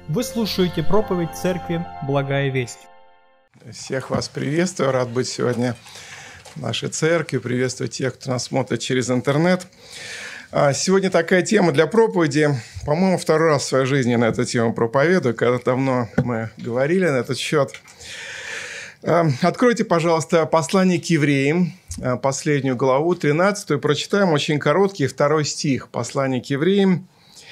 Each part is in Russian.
Вы слушаете проповедь церкви «Благая весть». Всех вас приветствую. Рад быть сегодня в нашей церкви. Приветствую тех, кто нас смотрит через интернет. Сегодня такая тема для проповеди. По-моему, второй раз в своей жизни на эту тему проповедую. Когда давно мы говорили на этот счет. Откройте, пожалуйста, послание к евреям, последнюю главу, 13-ю. Прочитаем очень короткий 2 стих. Послание к евреям,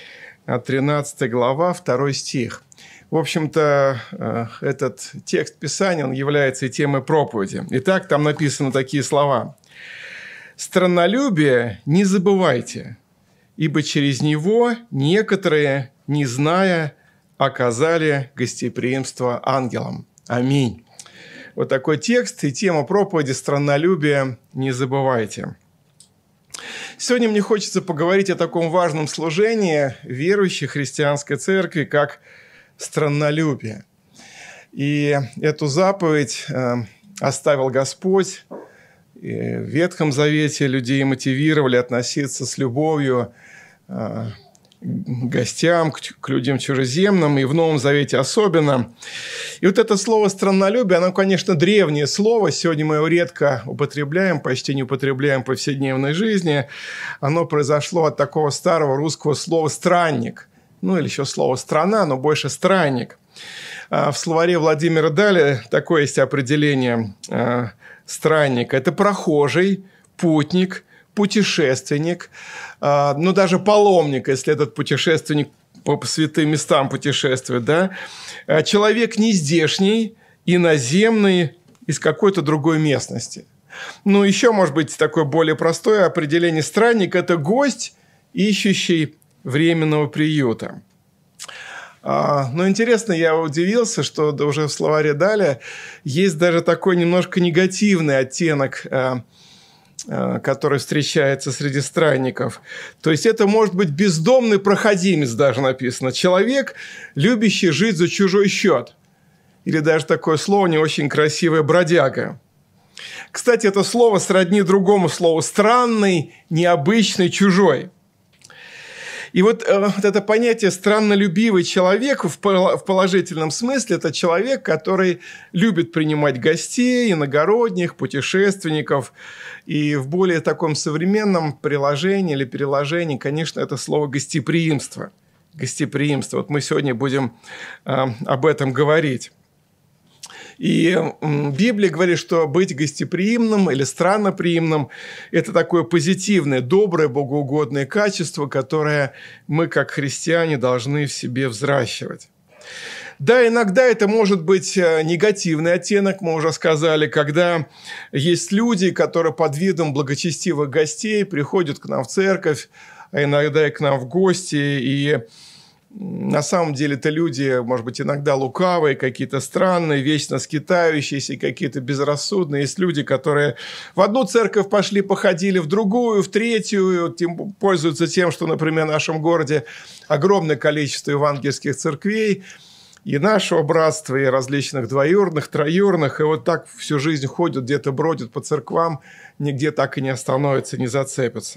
13 глава, 2 стих. В общем-то, этот текст Писания, он является и темой проповеди. Итак, там написаны такие слова. «Страннолюбие не забывайте, ибо через него некоторые, не зная, оказали гостеприимство ангелам». Аминь. Вот такой текст и тема проповеди «Страннолюбие не забывайте». Сегодня мне хочется поговорить о таком важном служении верующей христианской церкви, как страннолюбие. И эту заповедь оставил Господь. И в Ветхом Завете людей мотивировали относиться с любовью к гостям, к людям чужеземным, и в Новом Завете особенно. И вот это слово «страннолюбие», оно, конечно, древнее слово. Сегодня мы его редко употребляем, почти не употребляем в повседневной жизни. Оно произошло от такого старого русского слова «странник». Ну, или еще слово «страна», но больше «странник». В словаре Владимира Дали такое есть определение странника. Это прохожий, путник, путешественник, ну, даже паломник, если этот путешественник по святым местам путешествует, да? Человек нездешний, иноземный, из какой-то другой местности. Ну, еще, может быть, такое более простое определение странник – это гость, ищущий временного приюта. Но интересно, я удивился, что уже в словаре Дали есть даже такой немножко негативный оттенок, который встречается среди странников. То есть это может быть бездомный проходимец, даже написано. Человек, любящий жить за чужой счет. Или даже такое слово не очень красивое – бродяга. Кстати, это слово сродни другому слову – странный, необычный, чужой. И вот это понятие «страннолюбивый человек» в положительном смысле – это человек, который любит принимать гостей, иногородних, путешественников. И в более таком современном приложении или переложении, конечно, это слово «гостеприимство». Гостеприимство. Вот мы сегодня будем об этом говорить. И Библия говорит, что быть гостеприимным или странноприимным – это такое позитивное, доброе, богоугодное качество, которое мы, как христиане, должны в себе взращивать. Да, иногда это может быть негативный оттенок, мы уже сказали, когда есть люди, которые под видом благочестивых гостей приходят к нам в церковь, а иногда и к нам в гости, и на самом деле это люди, может быть, иногда лукавые, какие-то странные, вечно скитающиеся, какие-то безрассудные. Есть люди, которые в одну церковь пошли, походили, в другую, в третью, пользуются тем, что, например, в нашем городе огромное количество евангельских церквей, и нашего братства, и различных двоюродных, троюродных, и вот так всю жизнь ходят, где-то бродят по церквам, нигде так и не остановятся, не зацепятся.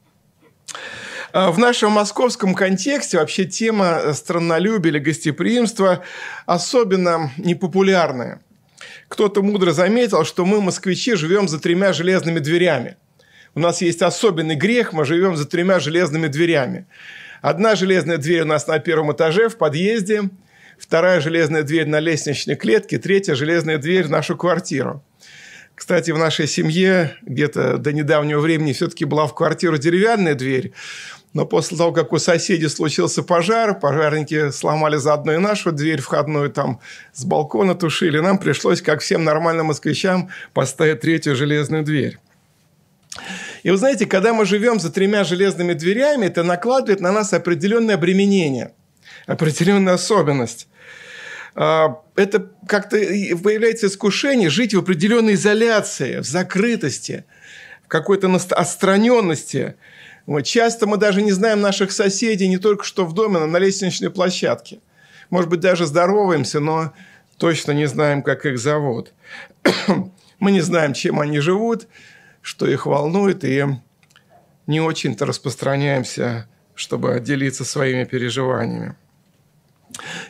В нашем московском контексте вообще тема страннолюбия или гостеприимства особенно непопулярная. Кто-то мудро заметил, что мы, москвичи, живем за 3 железными дверями. У нас есть особенный грех, мы живем за 3 железными дверями. Одна железная дверь у нас на 1 этаже в подъезде, 2 железная дверь на лестничной клетке, 3 железная дверь в нашу квартиру. Кстати, в нашей семье где-то до недавнего времени все-таки была в квартиру деревянная дверь, но после того, как у соседей случился пожар, пожарники сломали заодно и нашу дверь входную, там с балкона тушили, нам пришлось, как всем нормальным москвичам, поставить 3 железную дверь. И вы знаете, когда мы живем за 3 железными дверями, это накладывает на нас определенное обременение, определенную особенность. Это как-то появляется искушение жить в определенной изоляции, в закрытости, в какой-то отстраненности. Вот. Часто мы даже не знаем наших соседей не только что в доме, но на лестничной площадке. Может быть, даже здороваемся, но точно не знаем, как их зовут. Мы не знаем, чем они живут, что их волнует, и не очень-то распространяемся, чтобы делиться своими переживаниями.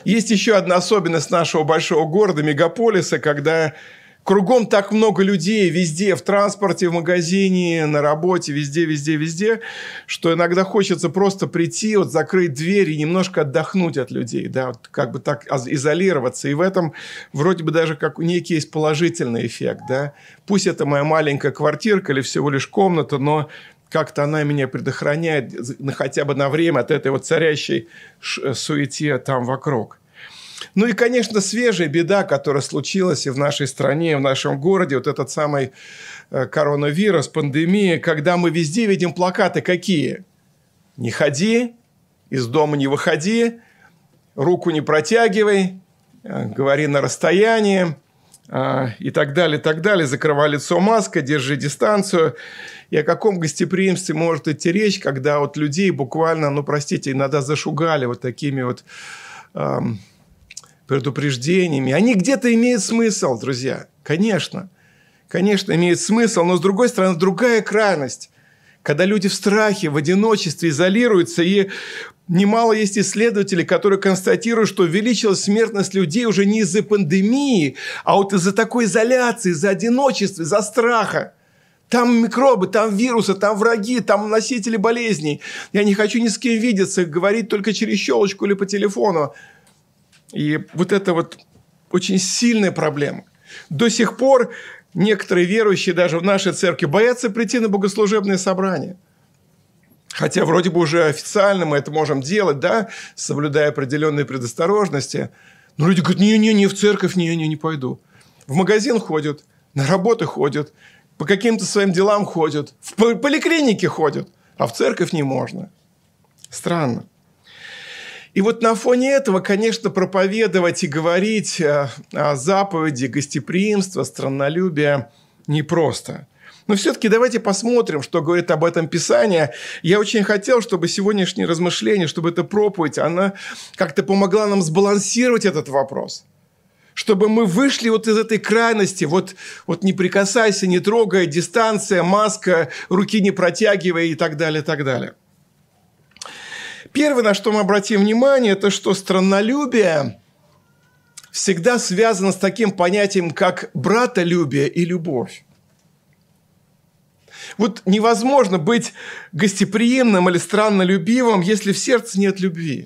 Есть еще одна особенность нашего большого города, мегаполиса, когда кругом так много людей, везде, в транспорте, в магазине, на работе, везде, везде, везде, что иногда хочется просто прийти, вот закрыть дверь и немножко отдохнуть от людей, да, вот как бы так изолироваться. И в этом вроде бы даже как некий есть положительный эффект, да. Пусть это моя маленькая квартирка или всего лишь комната, но как-то она меня предохраняет хотя бы на время от этой вот царящей суете там вокруг. Ну и, конечно, свежая беда, которая случилась и в нашей стране, и в нашем городе, вот этот самый коронавирус, пандемия, когда мы везде видим плакаты какие? Не ходи, из дома не выходи, руку не протягивай, говори на расстоянии и так далее, закрывай лицо маской, держи дистанцию. И о каком гостеприимстве может идти речь, когда вот людей буквально, ну, простите, иногда зашугали вот такими вот предупреждениями. Они где-то имеют смысл, друзья. Конечно. Конечно, имеет смысл. Но, с другой стороны, другая крайность. Когда люди в страхе, в одиночестве изолируются. И немало есть исследователей, которые констатируют, что увеличилась смертность людей уже не из-за пандемии, а вот из-за такой изоляции, из-за одиночества, из-за страха. Там микробы, там вирусы, там враги, там носители болезней. Я не хочу ни с кем видеться, говорить только через щелочку или по телефону. И вот это вот очень сильная проблема. До сих пор некоторые верующие даже в нашей церкви боятся прийти на богослужебные собрания. Хотя вроде бы уже официально мы это можем делать, да, соблюдая определенные предосторожности. Но люди говорят, не в церковь, не пойду. В магазин ходят, на работу ходят, по каким-то своим делам ходят, в поликлинике ходят, а в церковь не можно. Странно. И вот на фоне этого, конечно, проповедовать и говорить о заповеди гостеприимства, страннолюбия непросто. Но все-таки давайте посмотрим, что говорит об этом Писание. Я очень хотел, чтобы сегодняшнее размышление, чтобы эта проповедь, она как-то помогла нам сбалансировать этот вопрос. Чтобы мы вышли вот из этой крайности, вот не прикасайся, не трогай, дистанция, маска, руки не протягивай и так далее, и так далее. Первое, на что мы обратим внимание, это что страннолюбие всегда связано с таким понятием, как братолюбие и любовь. Вот невозможно быть гостеприимным или страннолюбивым, если в сердце нет любви.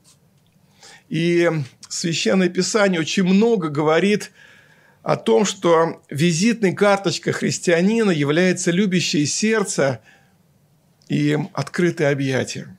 И Священное Писание очень много говорит о том, что визитной карточкой христианина является любящее сердце и открытые объятия.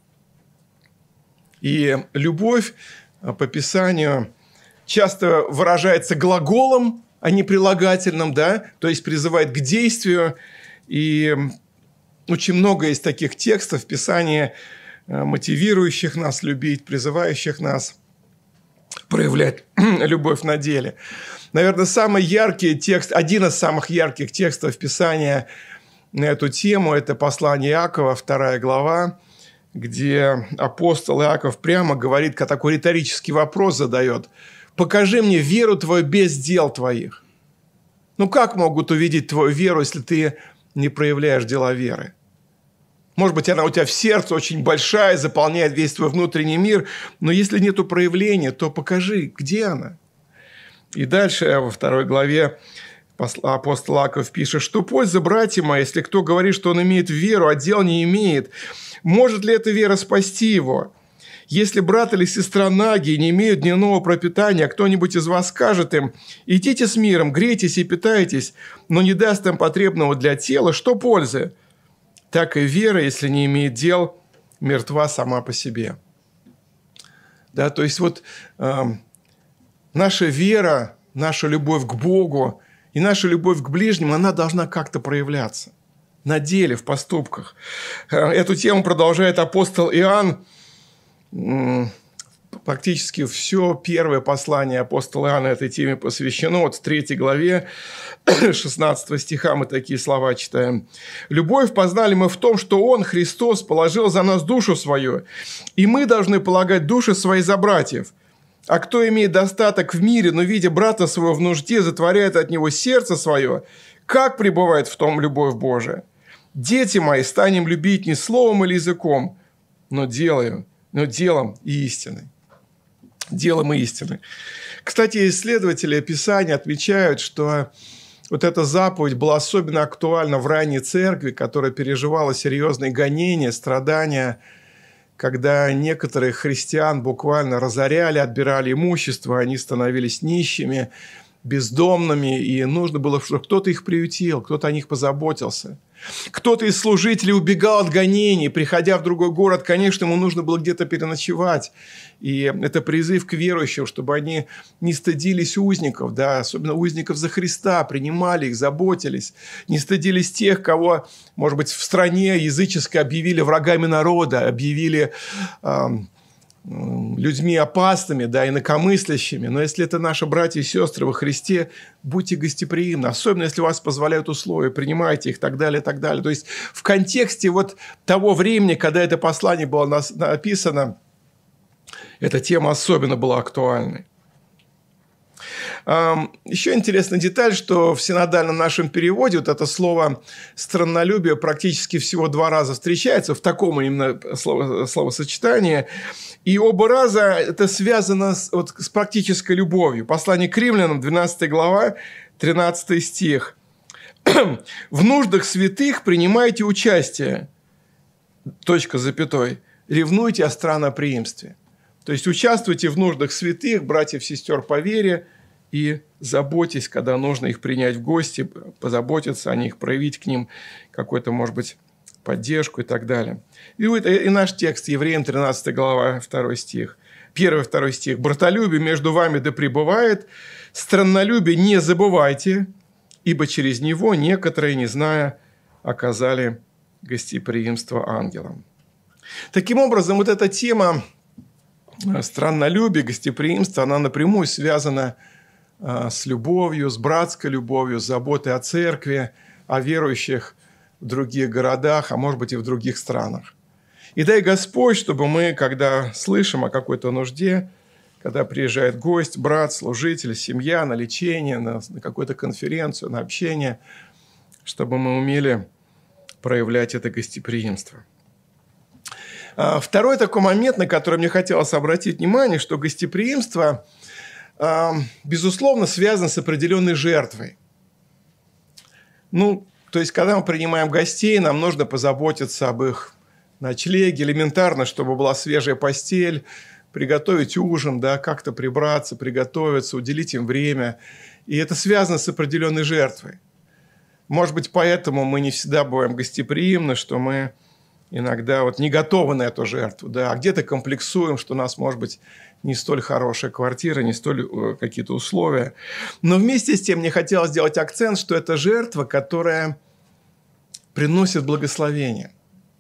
И любовь по Писанию часто выражается глаголом, а не прилагательным, да? То есть призывает к действию. И очень много есть таких текстов в Писании, мотивирующих нас любить, призывающих нас проявлять любовь на деле. Наверное, самый яркий текст, один из самых ярких текстов Писания на эту тему – это послание Иакова, 2 глава, где апостол Иаков прямо говорит, как такой риторический вопрос задает. «Покажи мне веру твою без дел твоих». Ну, как могут увидеть твою веру, если ты не проявляешь дела веры? Может быть, она у тебя в сердце очень большая, заполняет весь твой внутренний мир, но если нету проявления, то покажи, где она. И дальше во 2 главе апостол Иаков пишет, что польза, братья мои, если кто говорит, что он имеет веру, а дел не имеет, может ли эта вера спасти его? Если брат или сестра наги не имеют дневного пропитания, а кто-нибудь из вас скажет им, идите с миром, грейтесь и питайтесь, но не даст им потребного для тела, что пользы? Так и вера, если не имеет дел, мертва сама по себе. Да, то есть вот наша вера, наша любовь к Богу и наша любовь к ближнему, она должна как-то проявляться на деле, в поступках. Эту тему продолжает апостол Иоанн. Практически все первое послание апостола Иоанна этой теме посвящено. Вот в 3 главе 16 стиха мы такие слова читаем. «Любовь познали мы в том, что Он, Христос, положил за нас душу свою, и мы должны полагать души свои за братьев. А кто имеет достаток в мире, но, видя брата своего в нужде, затворяет от него сердце свое, как пребывает в том любовь Божия? Дети мои, станем любить не словом или языком, но делом и истиной». делом истины. Кстати, исследователи Писания отмечают, что вот эта заповедь была особенно актуальна в ранней церкви, которая переживала серьезные гонения, страдания, когда некоторых христиан буквально разоряли, отбирали имущество, они становились нищими, бездомными, и нужно было, чтобы кто-то их приютил, кто-то о них позаботился. Кто-то из служителей убегал от гонений, приходя в другой город, конечно, ему нужно было где-то переночевать. И это призыв к верующим, чтобы они не стыдились узников, да, особенно узников за Христа, принимали их, заботились, не стыдились тех, кого, может быть, в стране языческой объявили врагами народа, объявили людьми опасными, да, инакомыслящими. Но если это наши братья и сестры во Христе, будьте гостеприимны. Особенно, если вас позволяют условия, принимайте их, и так далее, и так далее. То есть, в контексте вот того времени, когда это послание было написано, эта тема особенно была актуальной. Еще интересная деталь, что в синодальном нашем переводе вот это слово «страннолюбие» практически всего 2 раза встречается, в таком именно словосочетании. И оба раза это связано с практической любовью. Послание к римлянам, 12 глава, 13 стих. «В нуждах святых принимайте участие, ревнуйте о странноприимстве». То есть, участвуйте в нуждах святых, братьев, сестер по вере, и заботьтесь, когда нужно их принять в гости, позаботиться о них, проявить к ним какую-то, может быть, поддержку и так далее. И наш текст, Евреям 13 глава, 2 стих. 1-2 стих. «Братолюбие между вами да пребывает, страннолюбие не забывайте, ибо через него некоторые, не зная, оказали гостеприимство ангелам». Таким образом, вот эта тема страннолюбия, гостеприимства, она напрямую связана с любовью, с братской любовью, с заботой о церкви, о верующих в других городах, а может быть и в других странах. И дай Господь, чтобы мы, когда слышим о какой-то нужде, когда приезжает гость, брат, служитель, семья на лечение, на какую-то конференцию, на общение, чтобы мы умели проявлять это гостеприимство. Второй такой момент, на который мне хотелось обратить внимание, что гостеприимство, безусловно, связано с определенной жертвой. То есть, когда мы принимаем гостей, нам нужно позаботиться об их ночлеге, элементарно, чтобы была свежая постель, приготовить ужин, да, как-то прибраться, приготовиться, уделить им время. И это связано с определенной жертвой. Может быть, поэтому мы не всегда бываем гостеприимны, что мы иногда не готовы на эту жертву, да, а где-то комплексуем, что у нас, может быть, не столь хорошая квартира, не столь какие-то условия. Но вместе с тем мне хотелось сделать акцент, что это жертва, которая приносит благословение.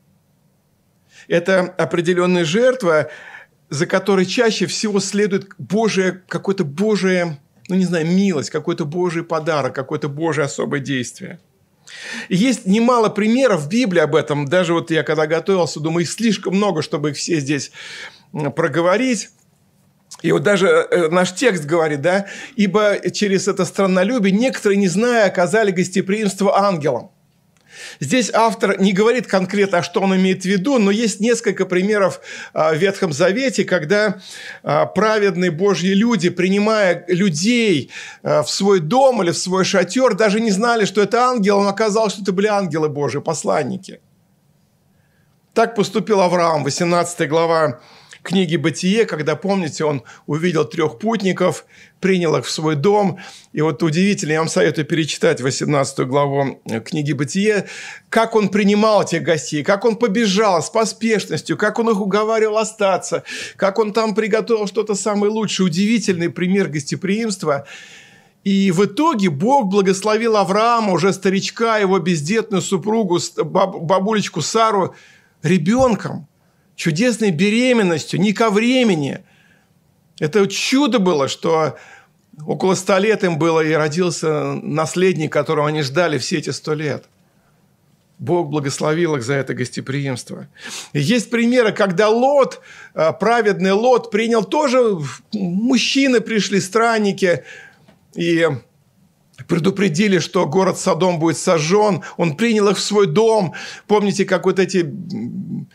Это определенная жертва, за которой чаще всего следует какое-то Божие, милость, какой-то Божий подарок, какое-то Божие особое действие. И есть немало примеров в Библии об этом. Даже я когда готовился, думаю, их слишком много, чтобы их все здесь проговорить. И даже наш текст говорит, да, «Ибо через это страннолюбие некоторые, не зная, оказали гостеприимство ангелам». Здесь автор не говорит конкретно, что он имеет в виду, но есть несколько примеров в Ветхом Завете, когда праведные Божьи люди, принимая людей в свой дом или в свой шатер, даже не знали, что это ангел, но оказалось, что это были ангелы Божьи, посланники. Так поступил Авраам, 18 глава книги «Бытие», когда, помните, он увидел 3 путников, принял их в свой дом. И удивительно, я вам советую перечитать 18 главу книги «Бытие», как он принимал этих гостей, как он побежал с поспешностью, как он их уговаривал остаться, как он там приготовил что-то самое лучшее. Удивительный пример гостеприимства. И в итоге Бог благословил Авраама, уже старичка, его бездетную супругу, бабулечку Сару, ребенком, чудесной беременностью, не ко времени. Это чудо было, что около 100 лет им было, и родился наследник, которого они ждали все эти 100 лет. Бог благословил их за это гостеприимство. И есть примеры, когда Лот, праведный Лот, принял тоже, мужчины пришли, странники, и предупредили, что город Содом будет сожжен. Он принял их в свой дом. Помните, как эти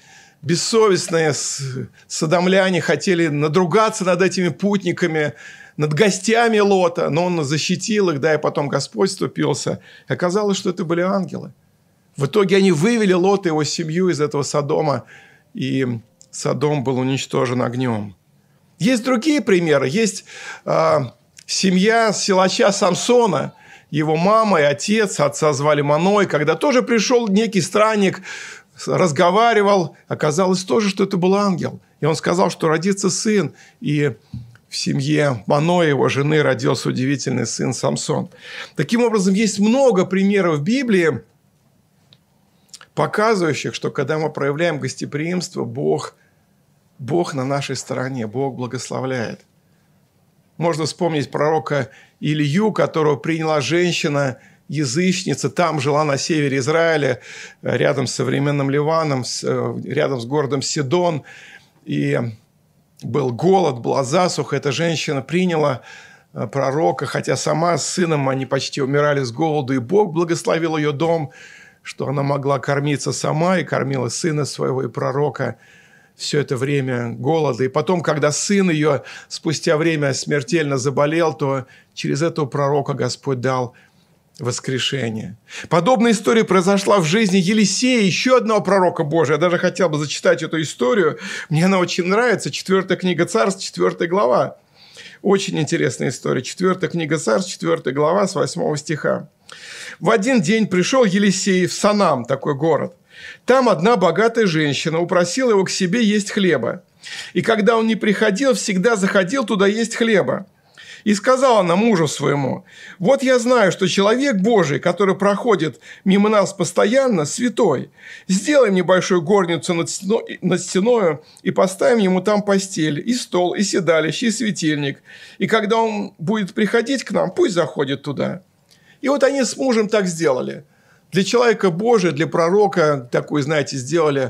бессовестные содомляне хотели надругаться над этими путниками, над гостями Лота, но он защитил их, да, и потом Господь вступился. Оказалось, что это были ангелы. В итоге они вывели Лота и его семью из этого Содома, и Содом был уничтожен огнем. Есть другие примеры. Есть семья силача Самсона, его мама и отец, отца звали Маной, когда тоже пришел некий странник, разговаривал, оказалось тоже, что это был ангел. И он сказал, что родится сын, и в семье Маной, его жены, родился удивительный сын Самсон. Таким образом, есть много примеров в Библии, показывающих, что когда мы проявляем гостеприимство, Бог на нашей стороне, Бог благословляет. Можно вспомнить пророка Илью, которого приняла женщина-язычница, там жила на севере Израиля, рядом с современным Ливаном, рядом с городом Сидон. И был голод, была засуха. Эта женщина приняла пророка, хотя сама с сыном они почти умирали с голоду. И Бог благословил ее дом, что она могла кормиться сама и кормила сына своего и пророка все это время голода. И потом, когда сын ее спустя время смертельно заболел, то через этого пророка Господь дал воскрешение. Подобная история произошла в жизни Елисея, еще одного пророка Божия. Я даже хотел бы зачитать эту историю. Мне она очень нравится. 4 книга Царств, 4 глава. Очень интересная история. 4 книга Царств, 4 глава, с 8 стиха. «В один день пришел Елисей в Санам, такой город. Там одна богатая женщина упросила его к себе есть хлеба. И когда он не приходил, всегда заходил туда есть хлеба. И сказала она мужу своему: вот я знаю, что человек Божий, который проходит мимо нас постоянно, святой. Сделаем небольшую горницу над стеною и поставим ему там постель, и стол, и седалище, и светильник. И когда он будет приходить к нам, пусть заходит туда». И вот они с мужем так сделали. Для человека Божия, для пророка такую, знаете, сделали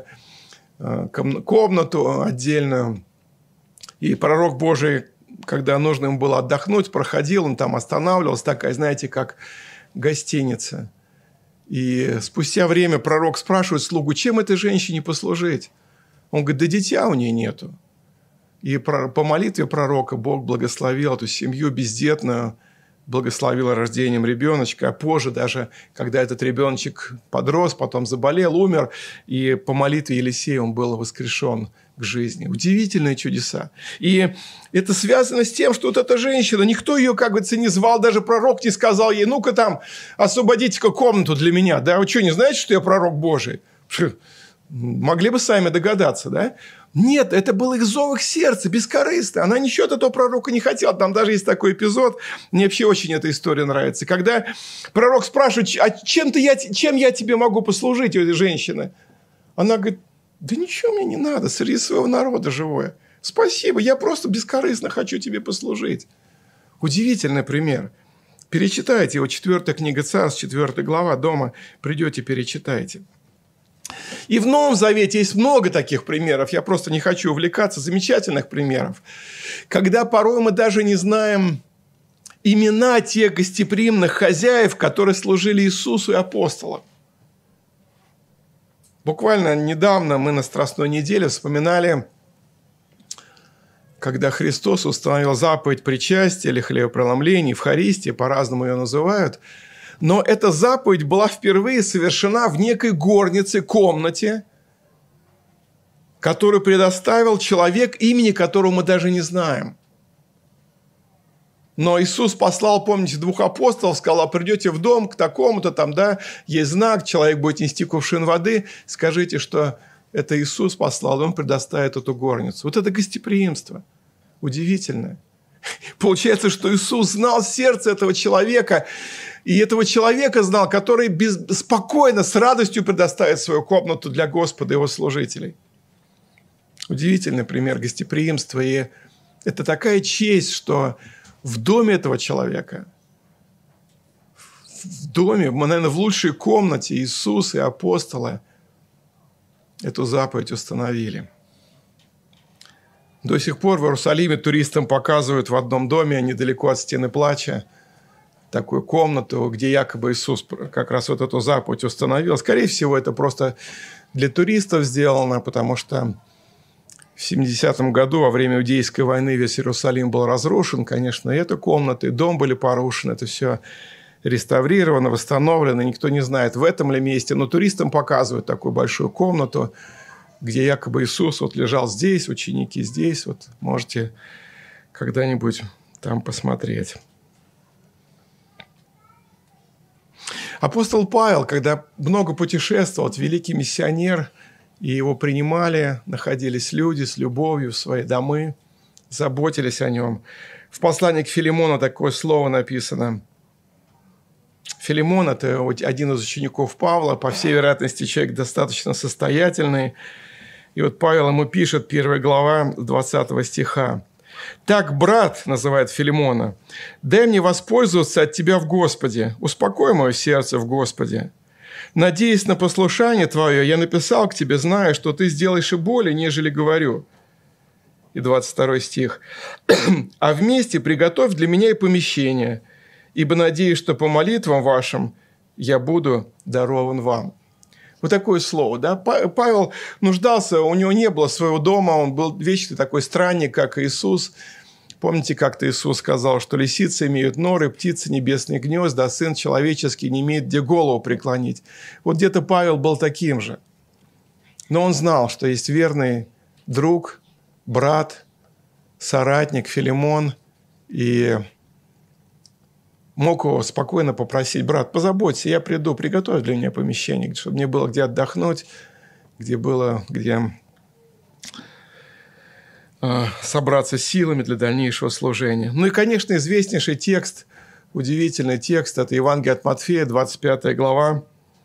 комнату отдельную. И пророк Божий, когда нужно ему было отдохнуть, проходил, он там останавливался, такая, знаете, как гостиница. И спустя время пророк спрашивает слугу: чем этой женщине послужить? Он говорит: да дитя у нее нету. И по молитве пророка Бог благословил эту семью бездетную, благословил рождением ребеночка, а позже даже, когда этот ребеночек подрос, потом заболел, умер, и по молитве Елисея он был воскрешен к жизни. Удивительные чудеса. И это связано с тем, что вот эта женщина, никто ее, как говорится, не звал, даже пророк не сказал ей: ну-ка там, освободите-ка комнату для меня. Да, вы что, не знаете, что я пророк Божий? Могли бы сами догадаться, да? Нет, это был их зов их сердца, бескорыстно. Она ничего от этого пророка не хотела. Там даже есть такой эпизод, мне вообще очень эта история нравится, когда пророк спрашивает: а чем я тебе могу послужить, у этой женщины? Она говорит: да ничего мне не надо, среди своего народа живое. Спасибо, я просто бескорыстно хочу тебе послужить. Удивительный пример. Перечитайте его, 4 книга Царств, 4 глава, дома придете, перечитайте. И в Новом Завете есть много таких примеров, я просто не хочу увлекаться, замечательных примеров, когда порой мы даже не знаем имена тех гостеприимных хозяев, которые служили Иисусу и апостолам. Буквально недавно мы на Страстной неделе вспоминали, когда Христос установил заповедь причастия или хлебопреломления, Евхаристии, по-разному ее называют. Но эта заповедь была впервые совершена в некой горнице, комнате, которую предоставил человек, имени которого мы даже не знаем. Но Иисус послал, помните, 2 апостолов, сказал: придете в дом к такому-то, там, да, есть знак, человек будет нести кувшин воды, скажите, что это Иисус послал, он предоставит эту горницу. Вот это гостеприимство. Удивительное. Получается, что Иисус знал сердце этого человека, и этого человека знал, который спокойно, с радостью предоставит свою комнату для Господа и его служителей. Удивительный пример гостеприимства. И это такая честь, что в доме этого человека, в доме, наверное, в лучшей комнате Иисус и апостолы эту заповедь установили. До сих пор в Иерусалиме туристам показывают в одном доме, недалеко от Стены Плача, такую комнату, где якобы Иисус как раз вот эту заповедь установил. Скорее всего, это просто для туристов сделана, потому что в 70-м году во время Иудейской войны весь Иерусалим был разрушен. Конечно, и эта комната, и дом были порушены. Это все реставрировано, восстановлено. Никто не знает, в этом ли месте. Но туристам показывают такую большую комнату, где якобы Иисус вот лежал здесь, ученики здесь. Вот можете когда-нибудь там посмотреть. Апостол Павел, когда много путешествовал, вот великий миссионер, и его принимали, находились люди с любовью в свои домы, заботились о нем. В послании к Филимону такое слово написано. Филимон – это один из учеников Павла, по всей вероятности, человек достаточно состоятельный. И вот Павел ему пишет, 1 глава, 20 стиха. «Так, брат, – называет Филимона, – дай мне воспользоваться от тебя в Господе, успокой мое сердце в Господе. Надеясь на послушание твое, я написал к тебе, зная, что ты сделаешь и более, нежели говорю». И 22 стих. «А вместе приготовь для меня и помещение, ибо надеюсь, что по молитвам вашим я буду дарован вам». Вот такое слово. Да? Павел нуждался, у него не было своего дома, он был вечный такой странник, как Иисус. Помните, как-то Иисус сказал, что лисицы имеют норы, птицы небесные гнезда, а сын человеческий не имеет где голову преклонить. Вот где-то Павел был таким же. Но он знал, что есть верный друг, брат, соратник Филимон, и мог его спокойно попросить: брат, позаботься, я приду, приготовь для меня помещение, чтобы мне было где отдохнуть, где было где собраться силами для дальнейшего служения. Ну и, конечно, известнейший текст, удивительный текст, это Евангелие от Матфея, 25 глава,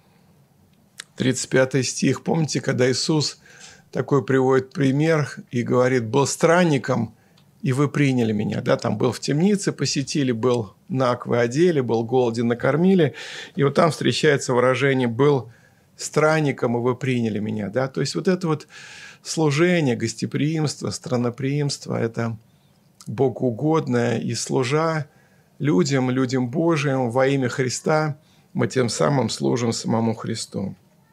35 стих. Помните, когда Иисус такой приводит пример и говорит: «Был странником, и вы приняли меня». Да, там был в темнице, посетили, был наг, вы одели, был голоден, накормили. И вот там встречается выражение: «Был странником, и вы приняли меня». Да? То есть вот это вот служение, гостеприимство, странноприимство – это богоугодное. И служа людям Божьим во имя Христа, мы тем самым служим самому Христу.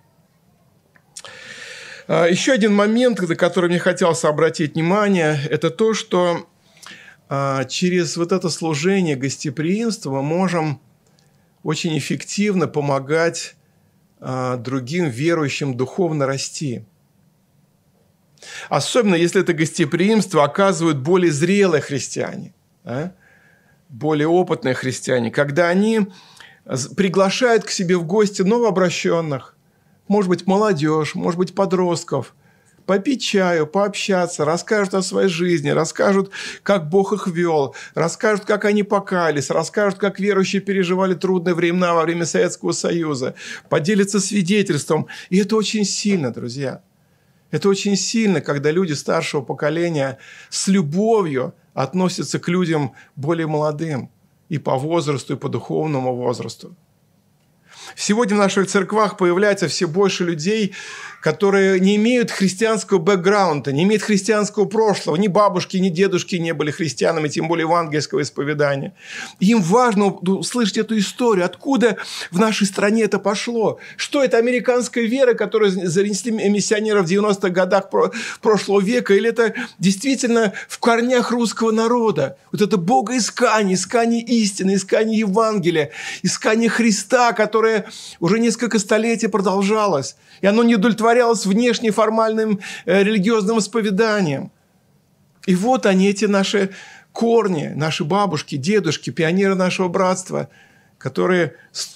Еще один момент, на который мне хотелось обратить внимание, это то, что через вот это служение гостеприимства мы можем очень эффективно помогать другим верующим духовно расти. Особенно, если это гостеприимство оказывают более зрелые христиане, более опытные христиане, когда они приглашают к себе в гости новообращенных, может быть, молодежь, может быть, подростков, попить чаю, пообщаться, расскажут о своей жизни, расскажут, как Бог их вел, расскажут, как они покаялись, расскажут, как верующие переживали трудные времена во время Советского Союза, поделятся свидетельством. И это очень сильно, друзья. Это очень сильно, когда люди старшего поколения с любовью относятся к людям более молодым и по возрасту, и по духовному возрасту. Сегодня в наших церквах появляется все больше людей, которые не имеют христианского бэкграунда, не имеют христианского прошлого. Ни бабушки, ни дедушки не были христианами, тем более евангельского исповедания. И им важно услышать эту историю, откуда в нашей стране это пошло. Что это американская вера, которую занесли миссионеры в 90-х годах прошлого века, или это действительно в корнях русского народа. Вот это богоискание, искание истины, искание Евангелия, искание Христа, которое уже несколько столетий продолжалось. И оно не удовлетворялось внешне формальным религиозным исповеданием. И вот они, эти наши корни, наши бабушки, дедушки, пионеры нашего братства, которые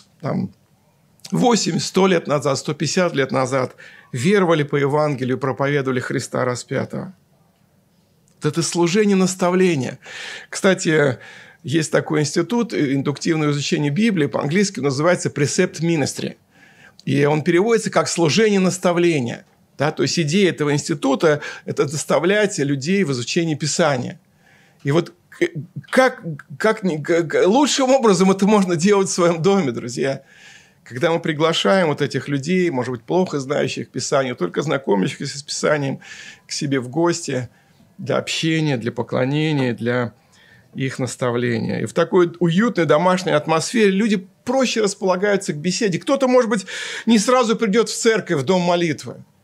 80, 100 лет назад, 150 лет назад веровали по Евангелию, проповедовали Христа распятого. Вот это служение наставления. Кстати, есть такой институт, индуктивное изучение Библии, по-английски называется Precept Ministry. И он переводится как «служение наставления». Да? То есть идея этого института – это наставлять людей в изучении Писания. И вот как лучшим образом это можно делать в своем доме, друзья? Когда мы приглашаем вот этих людей, может быть, плохо знающих Писание, только знакомящихся с Писанием, к себе в гости для общения, для поклонения, для их наставления. И в такой уютной домашней атмосфере люди проще располагаются к беседе. Кто-то, может быть, не сразу придет в церковь, в дом молитвы.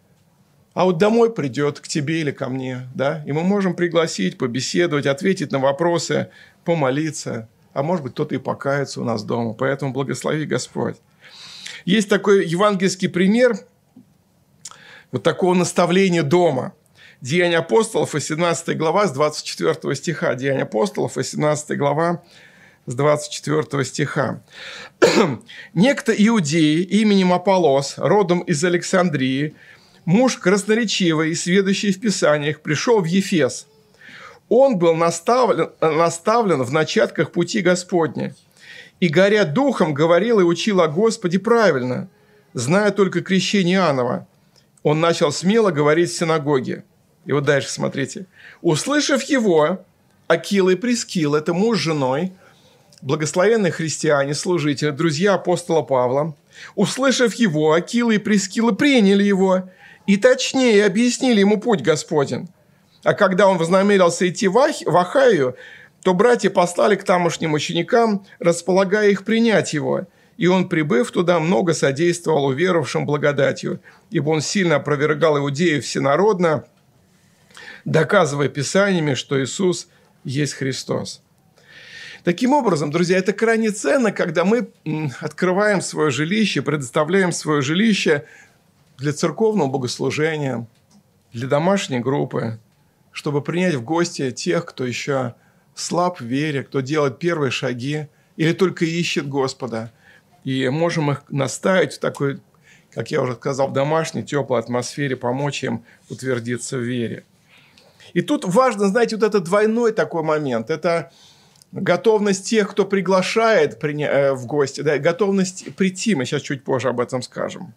А вот домой придет к тебе или ко мне, да, и мы можем пригласить, побеседовать, ответить на вопросы, помолиться, а может быть, кто-то и покается у нас дома, поэтому благослови Господь. Есть такой евангельский пример вот такого наставления дома. Деяния апостолов, 18 глава, с 24 стиха. Деяния апостолов, 18 глава, с 24 стиха. «Некто иудей именем Аполлос, родом из Александрии, муж красноречивый и сведущий в Писаниях, пришел в Ефес. Он был наставлен в начатках пути Господня, и, горя духом, говорил и учил о Господе правильно, зная только крещение Иоаннова. Он начал смело говорить в синагоге». И вот дальше смотрите. «Услышав его, Акила и Прискила, это муж с женой, благословенные христиане, служители, друзья апостола Павла, услышав его, Акила и Прискила приняли его и точнее объяснили ему путь Господень. А когда он вознамерился идти в Ахаю, то братья послали к тамошним ученикам, располагая их принять его. И он, прибыв туда, много содействовал уверовавшим благодатью, ибо он сильно опровергал иудеев всенародно, доказывая Писаниями, что Иисус есть Христос». Таким образом, друзья, это крайне ценно, когда мы открываем свое жилище, предоставляем свое жилище для церковного богослужения, для домашней группы, чтобы принять в гости тех, кто еще слаб в вере, кто делает первые шаги или только ищет Господа. И можем их наставить в такой, как я уже сказал, в домашней, теплой атмосфере, помочь им утвердиться в вере. И тут важно, знаете, вот этот двойной такой момент. Это готовность тех, кто приглашает в гости, да, готовность прийти. Мы сейчас чуть позже об этом скажем.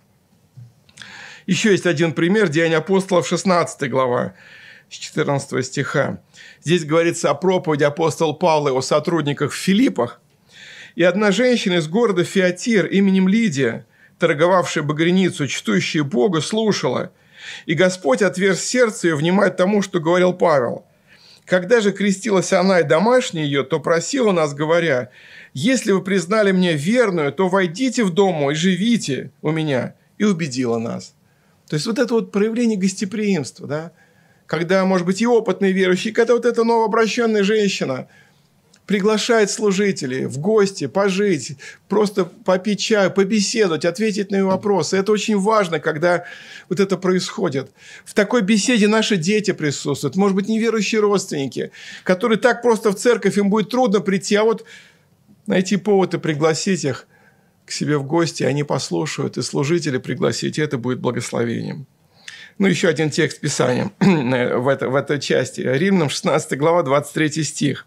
Еще есть один пример. Деяния апостолов, 16 глава, с 14 стиха. Здесь говорится о проповеди апостола Павла и о сотрудниках в Филиппах. «И одна женщина из города Фиатир именем Лидия, торговавшая багряницу, чтущая Бога, слушала. И Господь отверз сердце ее внимать тому, что говорил Павел. Когда же крестилась она и домашняя ее, то просила нас, говоря: если вы признали меня верную, то войдите в дом мой и живите у меня». И убедила нас. То есть вот это вот проявление гостеприимства, да? Когда, может быть, и опытные верующие, когда вот эта новообращенная женщина приглашает служителей в гости, пожить, просто попить чаю, побеседовать, ответить на ее вопросы. Это очень важно, когда вот это происходит. В такой беседе наши дети присутствуют, может быть, неверующие родственники, которые так просто в церковь, им будет трудно прийти, а вот найти повод и пригласить их к себе в гости, они послушают, и служители пригласить, и это будет благословением. Ну, еще один текст Писания в этой части. Римлянам 16 глава, 23 стих.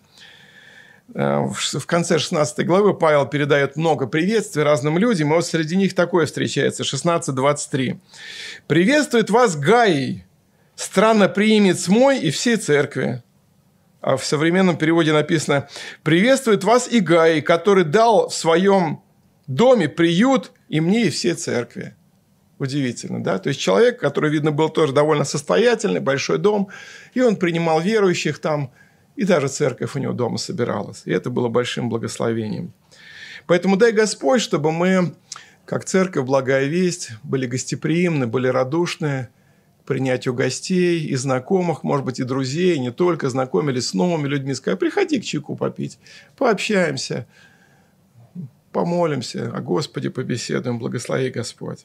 В конце 16 главы Павел передает много приветствий разным людям, и вот среди них такое встречается, 16:23. «Приветствует вас Гаий, странноприимец мой и всей церкви». А в современном переводе написано: «Приветствует вас и Гаий, который дал в своем доме приют и мне, и всей церкви». Удивительно, да? То есть человек, который, видно, был тоже довольно состоятельный, большой дом, и он принимал верующих там, и даже церковь у него дома собиралась. И это было большим благословением. Поэтому дай Господь, чтобы мы, как церковь «Благая весть», были гостеприимны, были радушны к принятию гостей и знакомых, может быть, и друзей, не только, знакомились с новыми людьми. Сказали: приходи к чайку попить, пообщаемся, помолимся, о Господе побеседуем, благослови Господь.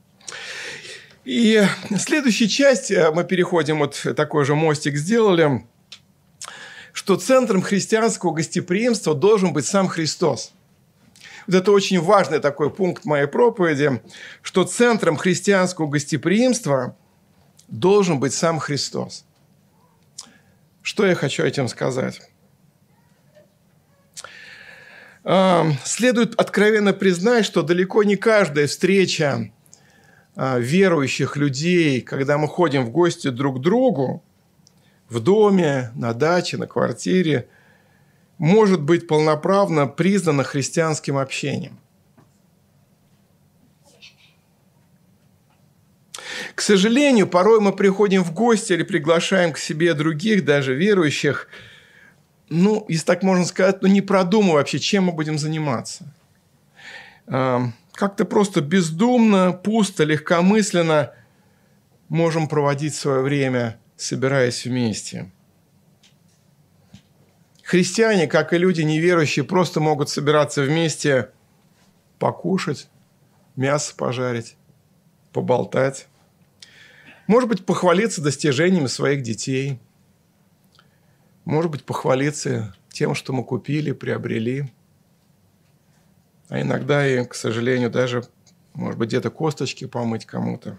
И следующая часть, мы переходим, вот такой же мостик сделали, что центром христианского гостеприимства должен быть сам Христос. Вот это очень важный такой пункт моей проповеди, что центром христианского гостеприимства должен быть сам Христос. Что я хочу этим сказать? Следует откровенно признать, что далеко не каждая встреча верующих людей, когда мы ходим в гости друг к другу, в доме, на даче, на квартире, может быть полноправно признана христианским общением. К сожалению, порой мы приходим в гости или приглашаем к себе других, даже верующих, если так можно сказать, не продумывая вообще, чем мы будем заниматься. Как-то просто бездумно, пусто, легкомысленно можем проводить свое время, собираясь вместе. Христиане, как и люди неверующие, просто могут собираться вместе, покушать, мясо пожарить, поболтать. Может быть, похвалиться достижениями своих детей. Может быть, похвалиться тем, что мы купили, приобрели. А иногда и, к сожалению, даже, может быть, где-то косточки помыть кому-то.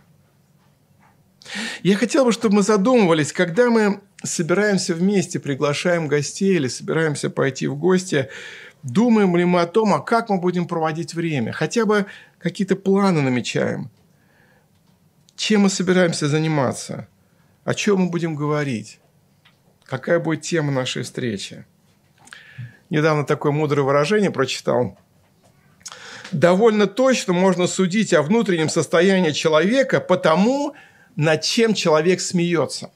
Я хотел бы, чтобы мы задумывались, когда мы собираемся вместе, приглашаем гостей или собираемся пойти в гости, думаем ли мы о том, а как мы будем проводить время? Хотя бы какие-то планы намечаем. Чем мы собираемся заниматься? О чем мы будем говорить? Какая будет тема нашей встречи? Недавно такое мудрое выражение прочитал. Довольно точно можно судить о внутреннем состоянии человека по тому, над чем человек смеется.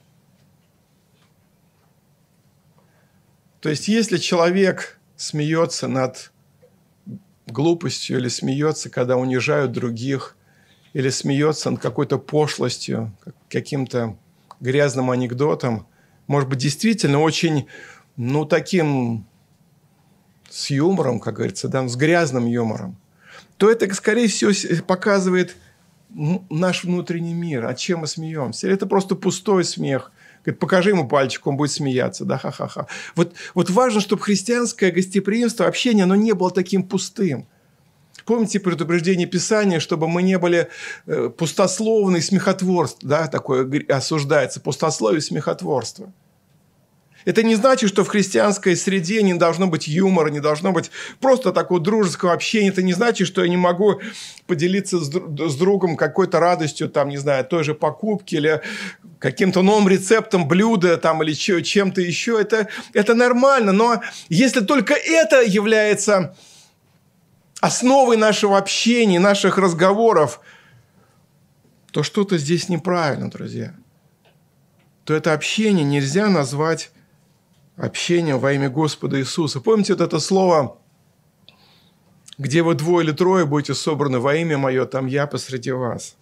То есть, если человек смеется над глупостью или смеется, когда унижают других, или смеется над какой-то пошлостью, каким-то грязным анекдотом, может быть, действительно очень, таким с юмором, как говорится, да, с грязным юмором, то это, скорее всего, показывает наш внутренний мир, о чем мы смеемся. Или это просто пустой смех. Говорит, покажи ему пальчик, он будет смеяться. Да, ха-ха-ха. Вот важно, чтобы христианское гостеприимство, общение, оно не было таким пустым. Помните предупреждение Писания, чтобы мы не были пустословны и смехотворство, да, такое осуждается, пустословие и смехотворство. Это не значит, что в христианской среде не должно быть юмора, не должно быть просто такого дружеского общения. Это не значит, что я не могу поделиться с другом какой-то радостью, там, не знаю, той же покупки или каким-то новым рецептом блюда там, или чем-то еще. Это нормально, но если только это является основой нашего общения, наших разговоров, то что-то здесь неправильно, друзья. То это общение нельзя назвать общением во имя Господа Иисуса. Помните вот это слово, где вы 2 или 3 будете собраны во имя Мое, там я посреди вас.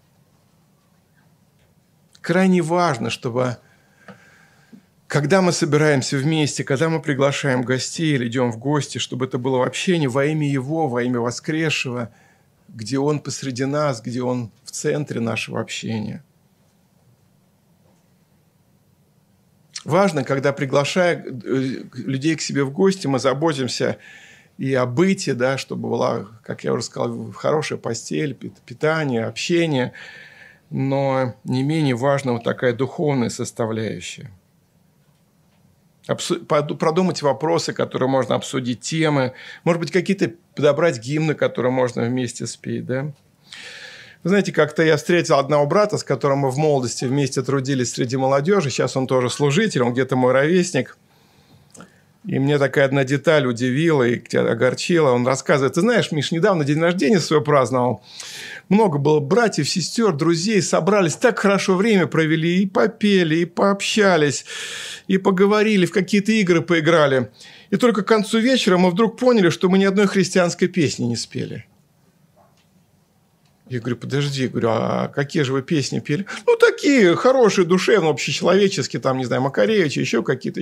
Крайне важно, чтобы, когда мы собираемся вместе, когда мы приглашаем гостей или идем в гости, чтобы это было общение во имя Его, во имя Воскресшего, где Он посреди нас, где Он в центре нашего общения. Важно, когда, приглашая людей к себе в гости, мы заботимся и о быте, да, чтобы была, как я уже сказал, хорошая постель, питание, общение. Но не менее важна вот такая духовная составляющая. Продумать вопросы, которые можно обсудить, темы. Может быть, какие-то подобрать гимны, которые можно вместе спеть, да? Вы знаете, как-то я встретил одного брата, с которым мы в молодости вместе трудились среди молодежи. Сейчас он тоже служитель, он где-то мой ровесник. И мне такая одна деталь удивила и огорчила. Он рассказывает, ты знаешь, Миш, недавно день рождения свой праздновал. Много было братьев, сестер, друзей, собрались, так хорошо время провели, и попели, и пообщались, и поговорили, в какие-то игры поиграли. И только к концу вечера мы вдруг поняли, что мы ни одной христианской песни не спели. Я говорю, подожди, а какие же вы песни пели? Такие хорошие, душевные, общечеловеческие, там, не знаю, Макаревич, еще какие-то.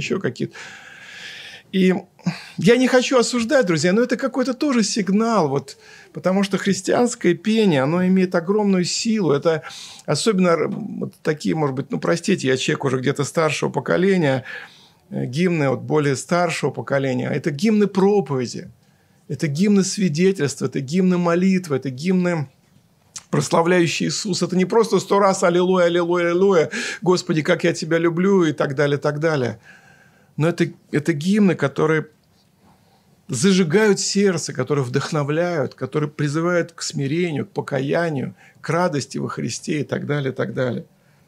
И я не хочу осуждать, друзья, но это какой-то тоже сигнал, потому что христианское пение, оно имеет огромную силу. Это особенно такие, может быть, простите, я человек уже где-то старшего поколения, гимны более старшего поколения, это гимны проповеди, это гимны свидетельства, это гимны молитвы, это гимны, прославляющий Иисуса. Это не просто 100 раз «Аллилуйя, аллилуйя, аллилуйя», «Господи, как я Тебя люблю» и так далее, так далее. Но это гимны, которые зажигают сердце, которые вдохновляют, которые призывают к смирению, к покаянию, к радости во Христе и так далее, так далее.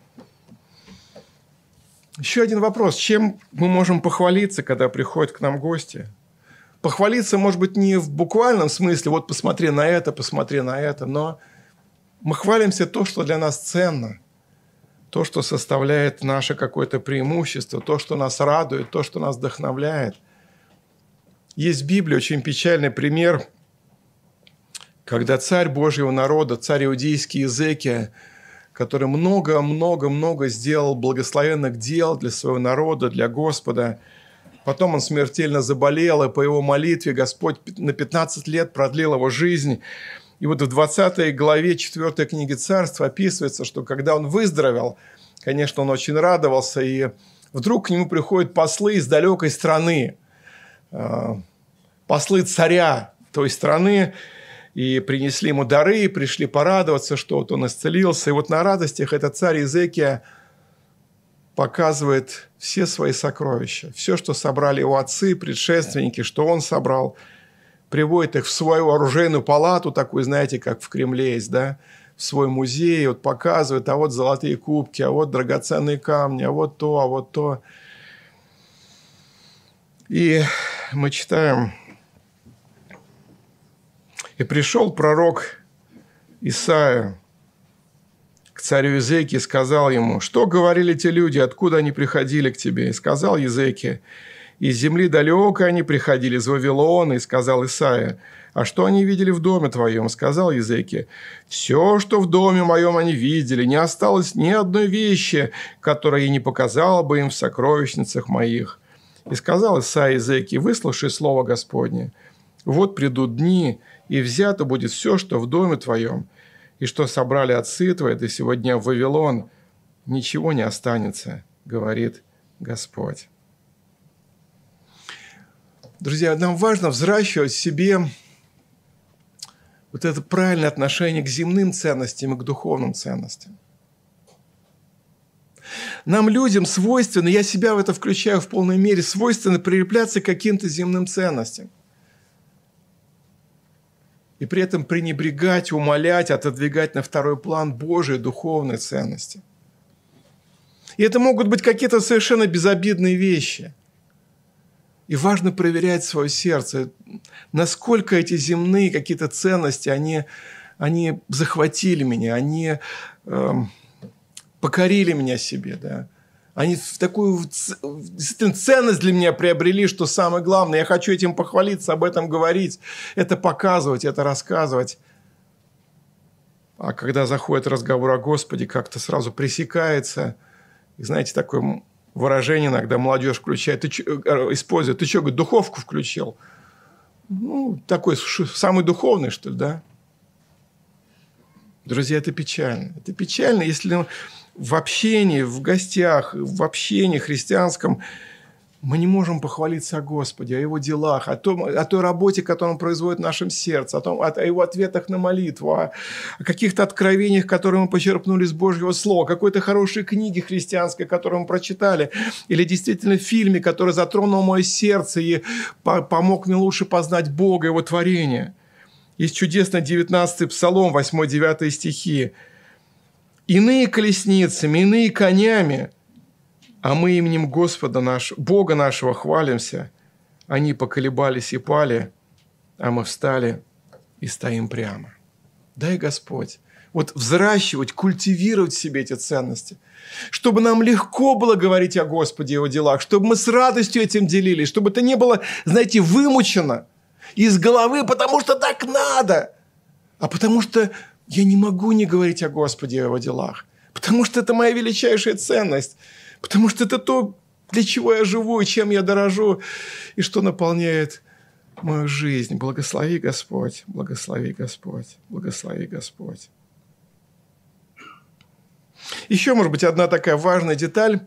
Еще один вопрос. Чем мы можем похвалиться, когда приходят к нам гости? Похвалиться, может быть, не в буквальном смысле, посмотри на это, но мы хвалимся то, что для нас ценно, то, что составляет наше какое-то преимущество, то, что нас радует, то, что нас вдохновляет. Есть в Библии очень печальный пример, когда царь Божьего народа, царь иудейский Иезекия, который много-много-много сделал благословенных дел для своего народа, для Господа. Потом он смертельно заболел, и по его молитве Господь на 15 лет продлил его жизнь. И вот в 20 главе 4 книги Царств описывается, что когда он выздоровел, конечно, он очень радовался, и вдруг к нему приходят послы из далекой страны, послы царя той страны, и принесли ему дары, пришли порадоваться, что вот он исцелился. И вот на радостях этот царь Иезекия показывает все свои сокровища, все, что собрали его отцы, предшественники, что он собрал, приводит их в свою оружейную палату, такую, знаете, как в Кремле есть, да, в свой музей, вот показывает, а вот золотые кубки, а вот драгоценные камни, а вот то, а вот то. И мы читаем: «И пришел пророк Исаия к царю Иезекии и сказал ему: что говорили те люди, откуда они приходили к тебе? И сказал Иезекия: из земли далекой они приходили, из Вавилона. И сказал Исаия: а что они видели в доме твоем? Сказал Иезекия: все, что в доме моем они видели, не осталось ни одной вещи, которой я не показал бы им в сокровищницах моих. И сказал Исаия Иезекии: выслушай слово Господне. Вот придут дни, и взято будет все, что в доме твоем, и что собрали отцы твои до сего дня в Вавилон, ничего не останется, говорит Господь». Друзья, нам важно взращивать в себе вот это правильное отношение к земным ценностям и к духовным ценностям. Нам, людям, свойственно, я себя в это включаю в полной мере, свойственно прилепляться к каким-то земным ценностям. И при этом пренебрегать, умалять, отодвигать на второй план Божьи духовные ценности. И это могут быть какие-то совершенно безобидные вещи. И важно проверять свое сердце, насколько эти земные какие-то ценности, они захватили меня, они покорили меня себе, да. Они в такую действительно ценность для меня приобрели, что самое главное, я хочу этим похвалиться, об этом говорить, это показывать, это рассказывать. А когда заходит разговор о Господе, как-то сразу пресекается. И знаете, такое выражение иногда молодежь включает, использует: ты что, говорит, духовку включил? Ну, такой самый духовный, что ли, да? Друзья, это печально. Это печально, если в общении, в гостях, в общении христианском мы не можем похвалиться о Господе, о Его делах, о той работе, которую Он производит в нашем сердце, о Его ответах на молитву, о каких-то откровениях, которые мы почерпнули из Божьего Слова, какой-то хорошей книге христианской, которую мы прочитали, или действительно фильме, который затронул мое сердце и помог мне лучше познать Бога, Его творение. Есть чудесный 19-й Псалом, 8-9 стихи. «Иные колесницами, иные конями, а мы именем Господа нашего, Бога нашего хвалимся. Они поколебались и пали, а мы встали и стоим прямо». Дай Господь вот взращивать, культивировать в себе эти ценности, чтобы нам легко было говорить о Господе и Его делах, чтобы мы с радостью этим делились, чтобы это не было, знаете, вымучено из головы, потому что так надо, а потому что я не могу не говорить о Господе и о Его делах, потому что это моя величайшая ценность, потому что это то, для чего я живу и чем я дорожу, и что наполняет мою жизнь. Благослови Господь, благослови Господь, благослови Господь. Еще, может быть, одна такая важная деталь.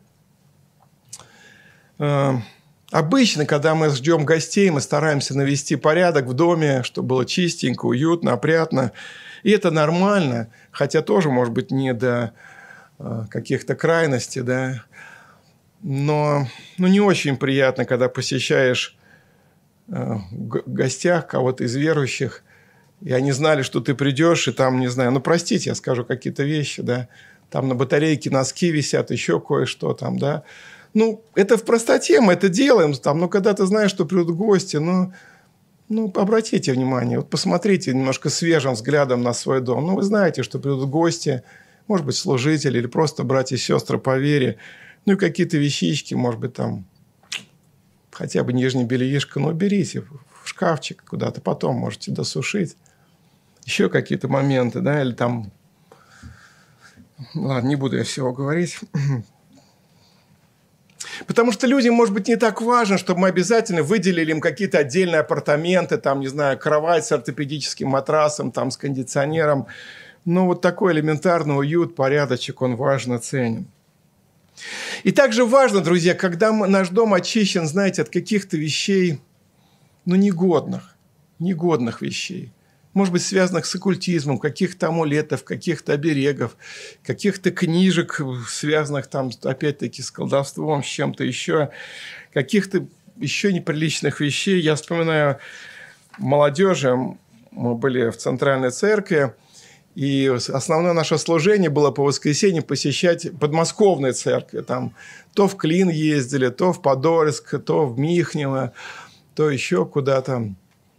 Обычно, когда мы ждем гостей, мы стараемся навести порядок в доме, чтобы было чистенько, уютно, опрятно. И это нормально, хотя тоже, может быть, не до каких-то крайностей, да. Но не очень приятно, когда посещаешь в гостях кого-то из верующих, и они знали, что ты придешь, и там, не знаю, ну, простите, я скажу какие-то вещи, да, там на батарейке носки висят, еще кое-что там, да. Ну, это в простоте, мы это делаем, там, но когда ты знаешь, что придут гости, ну, обратите внимание, вот посмотрите немножко свежим взглядом на свой дом. Ну, вы знаете, что придут гости, может быть, служители или просто братья и сестры по вере, ну, и какие-то вещички, может быть, там, хотя бы нижнее бельишко, ну, берите в шкафчик куда-то, потом можете досушить. Еще какие-то моменты, да, или там Ладно, не буду я всего говорить. Потому что людям, может быть, не так важно, чтобы мы обязательно выделили им какие-то отдельные апартаменты, там, не знаю, кровать с ортопедическим матрасом, там, с кондиционером. Но вот такой элементарный уют, порядочек, он важно ценен. И также важно, друзья, когда наш дом очищен, знаете, от каких-то вещей, негодных вещей. Может быть, связанных с оккультизмом, каких-то амулетов, каких-то оберегов, каких-то книжек, связанных там, опять-таки, с колдовством, с чем-то еще, каких-то еще неприличных вещей. Я вспоминаю молодежи, мы были в Центральной Церкви, и основное наше служение было по воскресеньям посещать подмосковные церкви. Там то в Клин ездили, то в Подольск, то в Михнево, то еще куда-то.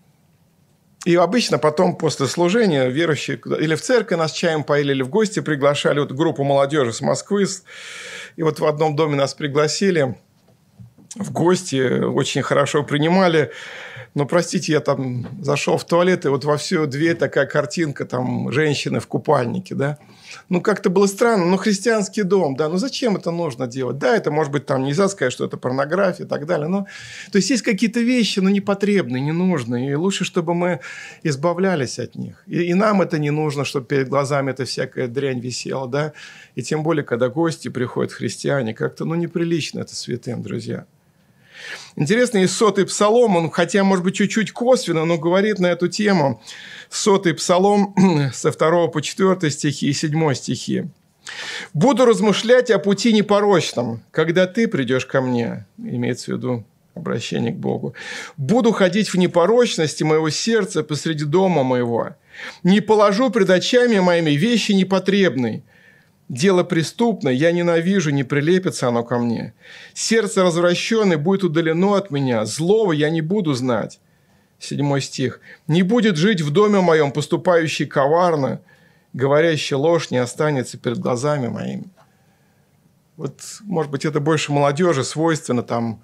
И обычно потом, после служения, верующие или в церковь нас чаем поили, или в гости приглашали вот группу молодежи с Москвы. И вот в одном доме нас пригласили в гости, очень хорошо принимали. Но, простите, я там зашел в туалет, и вот во всю дверь такая картинка, там, женщины в купальнике, да. Как-то было странно, христианский дом, да, зачем это нужно делать? Да, это, может быть, там нельзя сказать, что это порнография и так далее, то есть, есть какие-то вещи, непотребные, ненужные, и лучше, чтобы мы избавлялись от них. И нам это не нужно, чтобы перед глазами эта всякая дрянь висела, да, и тем более, когда гости приходят, христиане, как-то, неприлично это святым, друзья. Интересно, есть 100-й псалом, он, хотя, может быть, чуть-чуть косвенно, но говорит на эту тему. 100-й псалом со 2 по 4 стихи и 7 стихи. «Буду размышлять о пути непорочном, когда ты придешь ко мне», имеется в виду обращение к Богу. «Буду ходить в непорочности моего сердца посреди дома моего. Не положу пред очами моими вещи непотребной. Дело преступное, я ненавижу, не прилепится оно ко мне. Сердце развращенное будет удалено от меня, злого я не буду знать». 7 стих. «Не будет жить в доме моем поступающий коварно, говорящий ложь не останется перед глазами моими». Вот, может быть, это больше молодежи свойственно, там,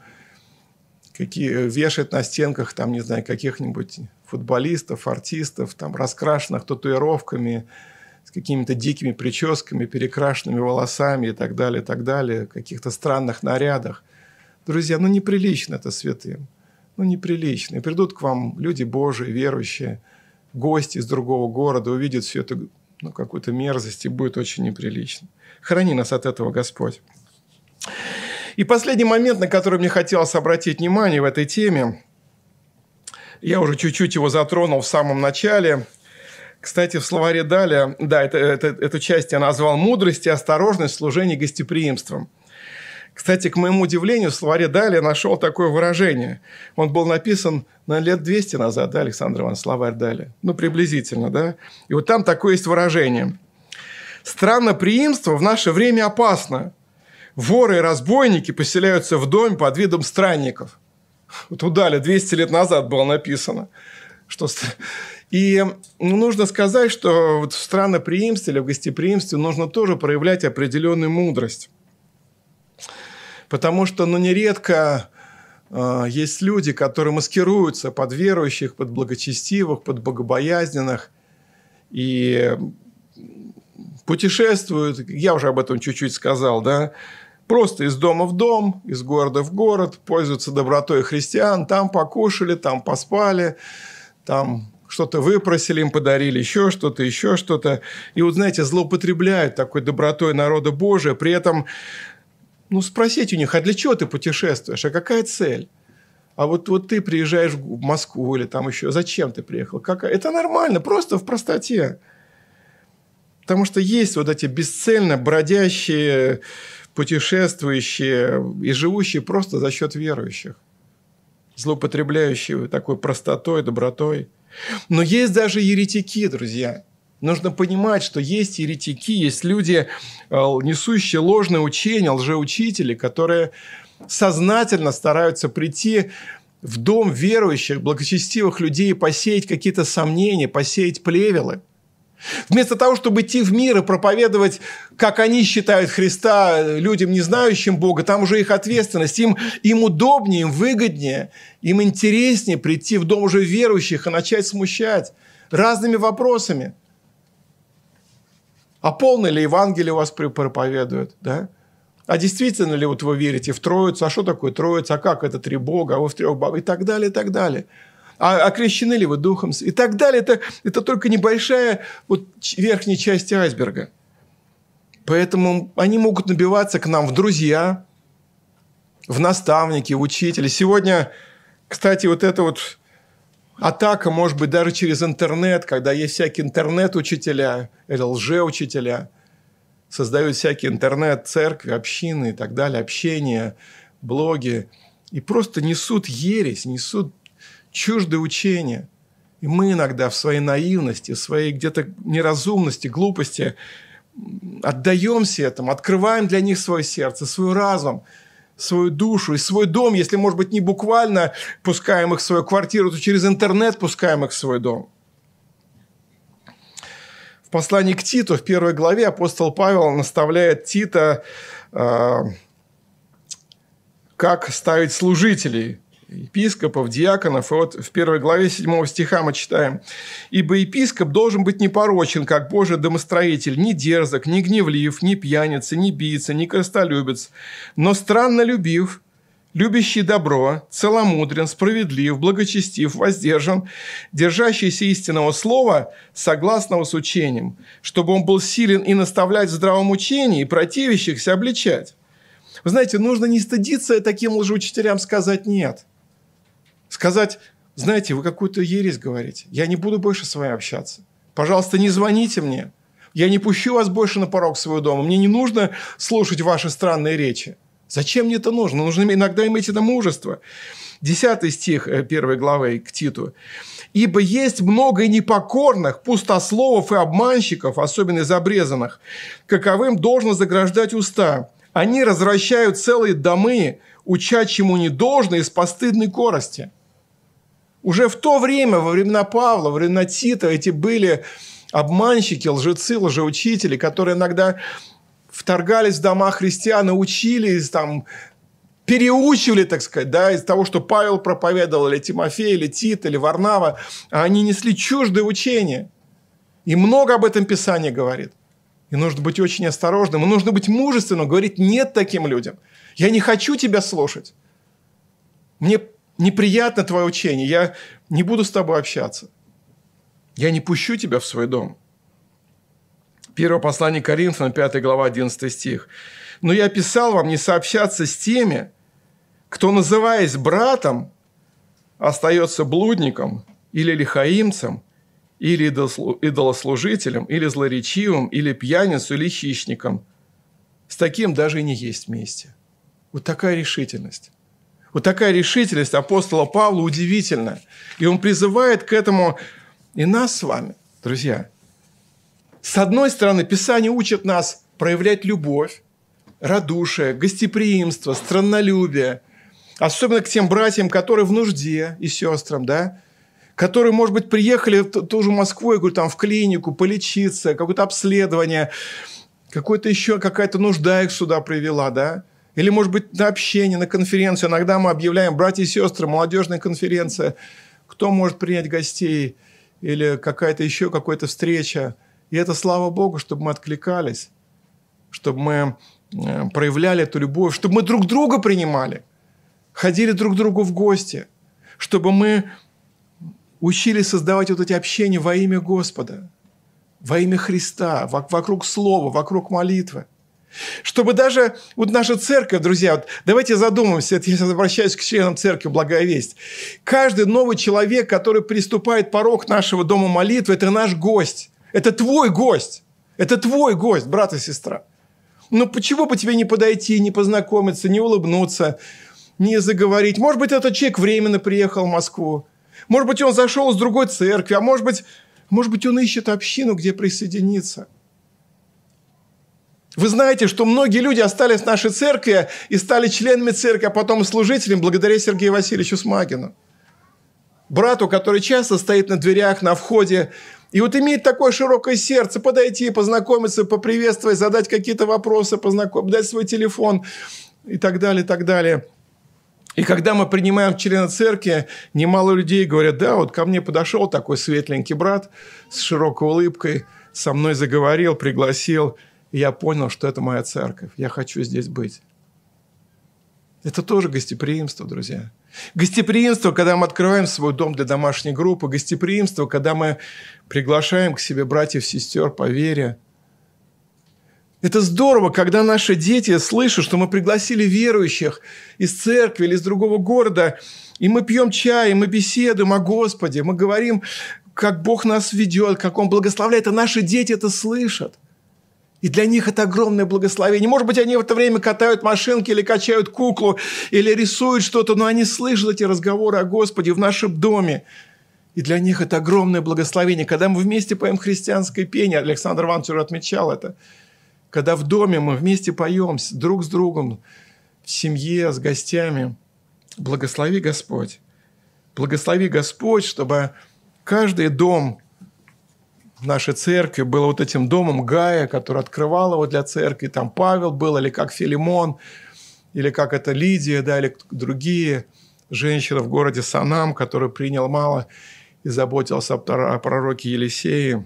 вешать на стенках, там, не знаю, каких-нибудь футболистов, артистов, там, раскрашенных татуировками, с какими-то дикими прическами, перекрашенными волосами и так далее, в каких-то странных нарядах. Друзья, неприлично это святым. Неприлично. И придут к вам люди Божии, верующие, гости из другого города, увидят всю эту какую-то мерзость, и будет очень неприлично. Храни нас от этого, Господь. И последний момент, на который мне хотелось обратить внимание в этой теме, я уже чуть-чуть его затронул в самом начале. Кстати, в словаре Даля, да, эту часть я назвал «Мудрость и осторожность в служении гостеприимством». Кстати, к моему удивлению, в словаре Даля я нашел такое выражение. Он был написан, лет 200 назад, да, Александр Иванович, словарь Даля? Приблизительно, да? И вот там такое есть выражение. «Странноприимство в наше время опасно. Воры и разбойники поселяются в доме под видом странников». Вот у Даля 200 лет назад было написано. И нужно сказать, что в странноприимстве или в гостеприимстве нужно тоже проявлять определенную мудрость. Потому что, нередко есть люди, которые маскируются под верующих, под благочестивых, под богобоязненных и путешествуют, я уже об этом чуть-чуть сказал, да, просто из дома в дом, из города в город, пользуются добротой христиан, там покушали, там поспали, там что-то выпросили, им подарили, еще что-то. И вот, знаете, злоупотребляют такой добротой народа Божия, при этом... спросить у них, а для чего ты путешествуешь? А какая цель? А вот ты приезжаешь в Москву или там еще. Зачем ты приехал? Это нормально, просто в простоте. Потому что есть вот эти бесцельно бродящие, путешествующие и живущие просто за счет верующих. Злоупотребляющие такой простотой, добротой. Но есть даже еретики, друзья. Нужно понимать, что есть еретики, есть люди, несущие ложное учение, лжеучители, которые сознательно стараются прийти в дом верующих, благочестивых людей и посеять какие-то сомнения, посеять плевелы. Вместо того, чтобы идти в мир и проповедовать, как они считают Христа, людям, не знающим Бога, там уже их ответственность. Им удобнее, им выгоднее, им интереснее прийти в дом уже верующих и начать смущать разными вопросами. А полное ли Евангелие у вас проповедует, да? А действительно ли вот вы верите в Троицу? А что такое Троица? А как это три Бога? А вы в трех богах? И так далее, и так далее. А крещены ли вы Духом? И так далее. Это только небольшая вот верхняя часть айсберга. Поэтому они могут набиваться к нам в друзья, в наставники, в учители. Сегодня, кстати, вот эта вот атака может быть даже через интернет, когда есть всякие интернет-учителя или лжеучителя, создают всякие интернет-церкви, общины и так далее, общение, блоги, и просто несут ересь, несут чуждые учения. И мы иногда в своей наивности, в своей где-то неразумности, глупости отдаемся этому, открываем для них свое сердце, свой разум, свою душу и свой дом, если, может быть, не буквально пускаем их в свою квартиру, то через интернет пускаем их в свой дом. В послании к Титу, в 1 главе, апостол Павел наставляет Тита, как ставить служителей, епископов, диаконов. И вот в 1 главе 7 стиха мы читаем: «Ибо епископ должен быть непорочен, как Божий домостроитель, не дерзок, не гневлив, не пьяница, не бийца, не крестолюбец, но странно любив, любящий добро, целомудрен, справедлив, благочестив, воздержан, держащийся истинного слова, согласного с учением, чтобы он был силен и наставлять в здравом учении, и противящихся обличать». Вы знаете, нужно не стыдиться таким лжеучителям сказать «нет». Сказать: знаете, вы какую-то ересь говорите, я не буду больше с вами общаться. Пожалуйста, не звоните мне. Я не пущу вас больше на порог своего дома. Мне не нужно слушать ваши странные речи. Зачем мне это нужно? Нужно иногда иметь это мужество. 10 стих 1 главы к Титу. «Ибо есть много непокорных, пустословов и обманщиков, особенно из обрезанных, каковым должно заграждать уста. Они развращают целые домы, уча чему не должно из постыдной корости». Уже в то время, во времена Павла, во времена Тита, эти были обманщики, лжецы, лжеучители, которые иногда вторгались в дома христиан и учили, там, переучивали, так сказать, да, из того, что Павел проповедовал, или Тимофей, или Тит, или Варнава, а они несли чуждые учения. И много об этом Писание говорит. И нужно быть очень осторожным, и нужно быть мужественным, говорить «нет» таким людям. Я не хочу тебя слушать. Мне неприятно твое учение, я не буду с тобой общаться. Я не пущу тебя в свой дом. 1 послание Коринфянам, 5 глава, 11 стих. «Но я писал вам не сообщаться с теми, кто, называясь братом, остается блудником или лихаимцем, или идолослужителем, или злоречивым, или пьяницей, или хищником. С таким даже и не есть вместе». Вот такая решительность. Вот такая решительность апостола Павла удивительная. И он призывает к этому и нас с вами, друзья. С одной стороны, Писание учит нас проявлять любовь, радушие, гостеприимство, страннолюбие. Особенно к тем братьям, которые в нужде, и сестрам, да? Которые, может быть, приехали в ту же Москву, я говорю, там, в клинику полечиться, какое-то обследование, какая-то нужда их сюда привела, да? Или, может быть, на общение, на конференцию. Иногда мы объявляем: братья и сестры, молодежная конференция. Кто может принять гостей? Или какая-то встреча. И это слава Богу, чтобы мы откликались. Чтобы мы проявляли эту любовь. Чтобы мы друг друга принимали. Ходили друг к другу в гости. Чтобы мы учились создавать вот эти общения во имя Господа. Во имя Христа. Вокруг Слова, вокруг молитвы. Чтобы даже вот наша церковь, друзья, вот давайте задумаемся, это я сейчас обращаюсь к членам церкви «Благая весть». Каждый новый человек, который переступает порог нашего дома молитвы, это наш гость. Это твой гость. Это твой гость, брат и сестра. Ну, почему бы тебе не подойти, не познакомиться, не улыбнуться, не заговорить? Может быть, этот человек временно приехал в Москву. Может быть, он зашел из другой церкви. А может быть, он ищет общину, где присоединиться. Вы знаете, что многие люди остались в нашей церкви и стали членами церкви, а потом и служителями благодаря Сергею Васильевичу Смагину. Брату, который часто стоит на дверях, на входе, и вот имеет такое широкое сердце подойти, познакомиться, поприветствовать, задать какие-то вопросы, дать свой телефон и так далее, и так далее. И когда мы принимаем члена церкви, немало людей говорят: да, вот ко мне подошел такой светленький брат с широкой улыбкой, со мной заговорил, пригласил, и я понял, что это моя церковь. Я хочу здесь быть. Это тоже гостеприимство, друзья. Гостеприимство, когда мы открываем свой дом для домашней группы. Гостеприимство, когда мы приглашаем к себе братьев, сестер по вере. Это здорово, когда наши дети слышат, что мы пригласили верующих из церкви или из другого города, и мы пьем чай, и мы беседуем о Господе, мы говорим, как Бог нас ведет, как Он благословляет, а наши дети это слышат. И для них это огромное благословение. Может быть, они в это время катают машинки или качают куклу, или рисуют что-то, но они слышат эти разговоры о Господе в нашем доме. И для них это огромное благословение. Когда мы вместе поем христианское пение, Александр Иванович уже отмечал это, когда в доме мы вместе поем друг с другом, в семье, с гостями, благослови Господь. Благослови Господь, чтобы каждый дом нашей церкви был вот этим домом Гая, который открывал его для церкви. Там Павел был, или как Филимон, или как это Лидия, да, или другие женщины в городе Санам, который принял мало и заботился о пророке Елисее.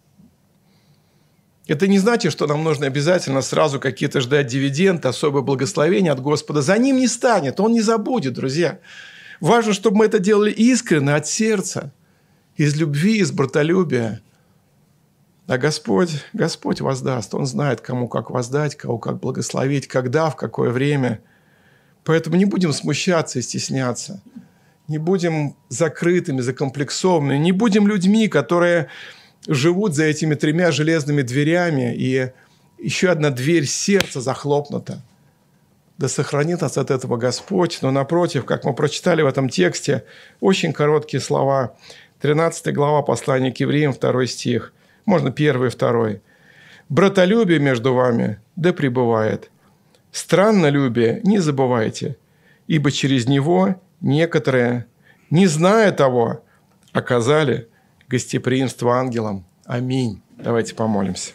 Это не значит, что нам нужно обязательно сразу какие-то ждать дивиденды, особое благословение от Господа. За ним не станет, Он не забудет, друзья. Важно, чтобы мы это делали искренне, от сердца, из любви, из братолюбия. А Господь воздаст. Он знает, кому как воздать, кого как благословить, когда, в какое время. Поэтому не будем смущаться и стесняться. Не будем закрытыми, закомплексованными. Не будем людьми, которые живут за этими 3 железными дверями, и еще одна дверь сердца захлопнута. Да сохранит нас от этого Господь. Но напротив, как мы прочитали в этом тексте, очень короткие слова. 13 глава послания к евреям, 2 стих. Можно 1 и 2. «Братолюбие между вами да пребывает. Страннолюбие не забывайте, ибо через него некоторые, не зная того, оказали гостеприимство ангелам». Аминь. Давайте помолимся.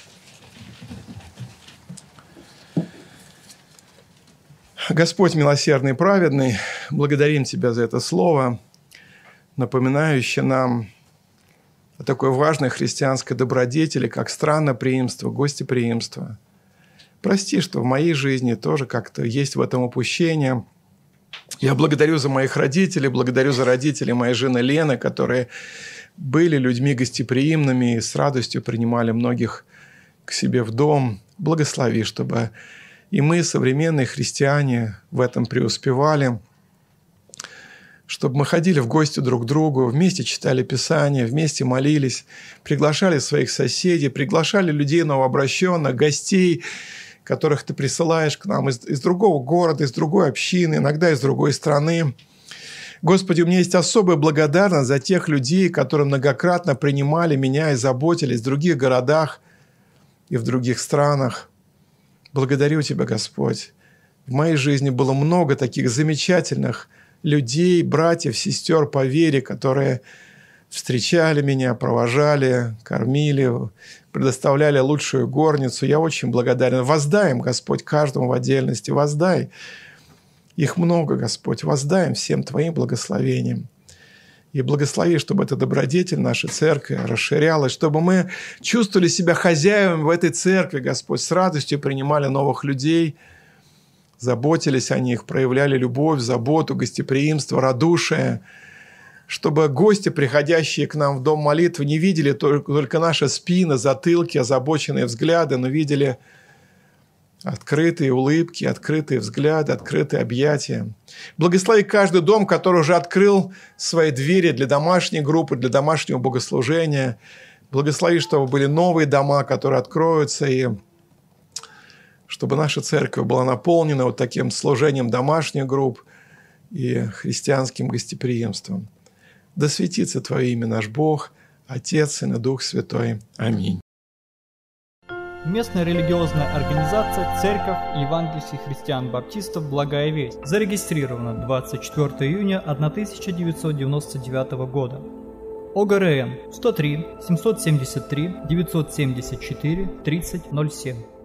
Господь милосердный и праведный, благодарим Тебя за это слово, напоминающее нам о такой важной христианской добродетели, как странноприимство, гостеприимство. Прости, что в моей жизни тоже как-то есть в этом упущение. Я благодарю за моих родителей, благодарю за родителей моей жены Лены, которые были людьми гостеприимными и с радостью принимали многих к себе в дом. Благослови, чтобы и мы, современные христиане, в этом преуспевали, чтобы мы ходили в гости друг к другу, вместе читали Писание, вместе молились, приглашали своих соседей, приглашали людей новообращенных, гостей, которых ты присылаешь к нам из другого города, из другой общины, иногда из другой страны. Господи, у меня есть особая благодарность за тех людей, которые многократно принимали меня и заботились в других городах и в других странах. Благодарю Тебя, Господь. В моей жизни было много таких замечательных людей, братьев, сестер по вере, которые встречали меня, провожали, кормили, предоставляли лучшую горницу. Я очень благодарен. Воздай им, Господь, каждому в отдельности. Воздай. Их много, Господь. Воздай им всем Твоим благословением. И благослови, чтобы эта добродетель нашей церкви расширялась, чтобы мы чувствовали себя хозяевами в этой церкви, Господь, с радостью принимали новых людей, заботились о них, проявляли любовь, заботу, гостеприимство, радушие, чтобы гости, приходящие к нам в дом молитвы, не видели только наши спины, затылки, озабоченные взгляды, но видели открытые улыбки, открытые взгляды, открытые объятия. Благослови каждый дом, который уже открыл свои двери для домашней группы, для домашнего богослужения. Благослови, чтобы были новые дома, которые откроются, и чтобы наша церковь была наполнена вот таким служением домашних групп и христианским гостеприимством. Да светится Твое имя, наш Бог, Отец, Сын и Дух Святой. Аминь. Местная религиозная организация «Церковь евангельских христиан-баптистов Благая Весть» зарегистрирована 24 июня 1999 года. ОГРН 103 773 974 3007.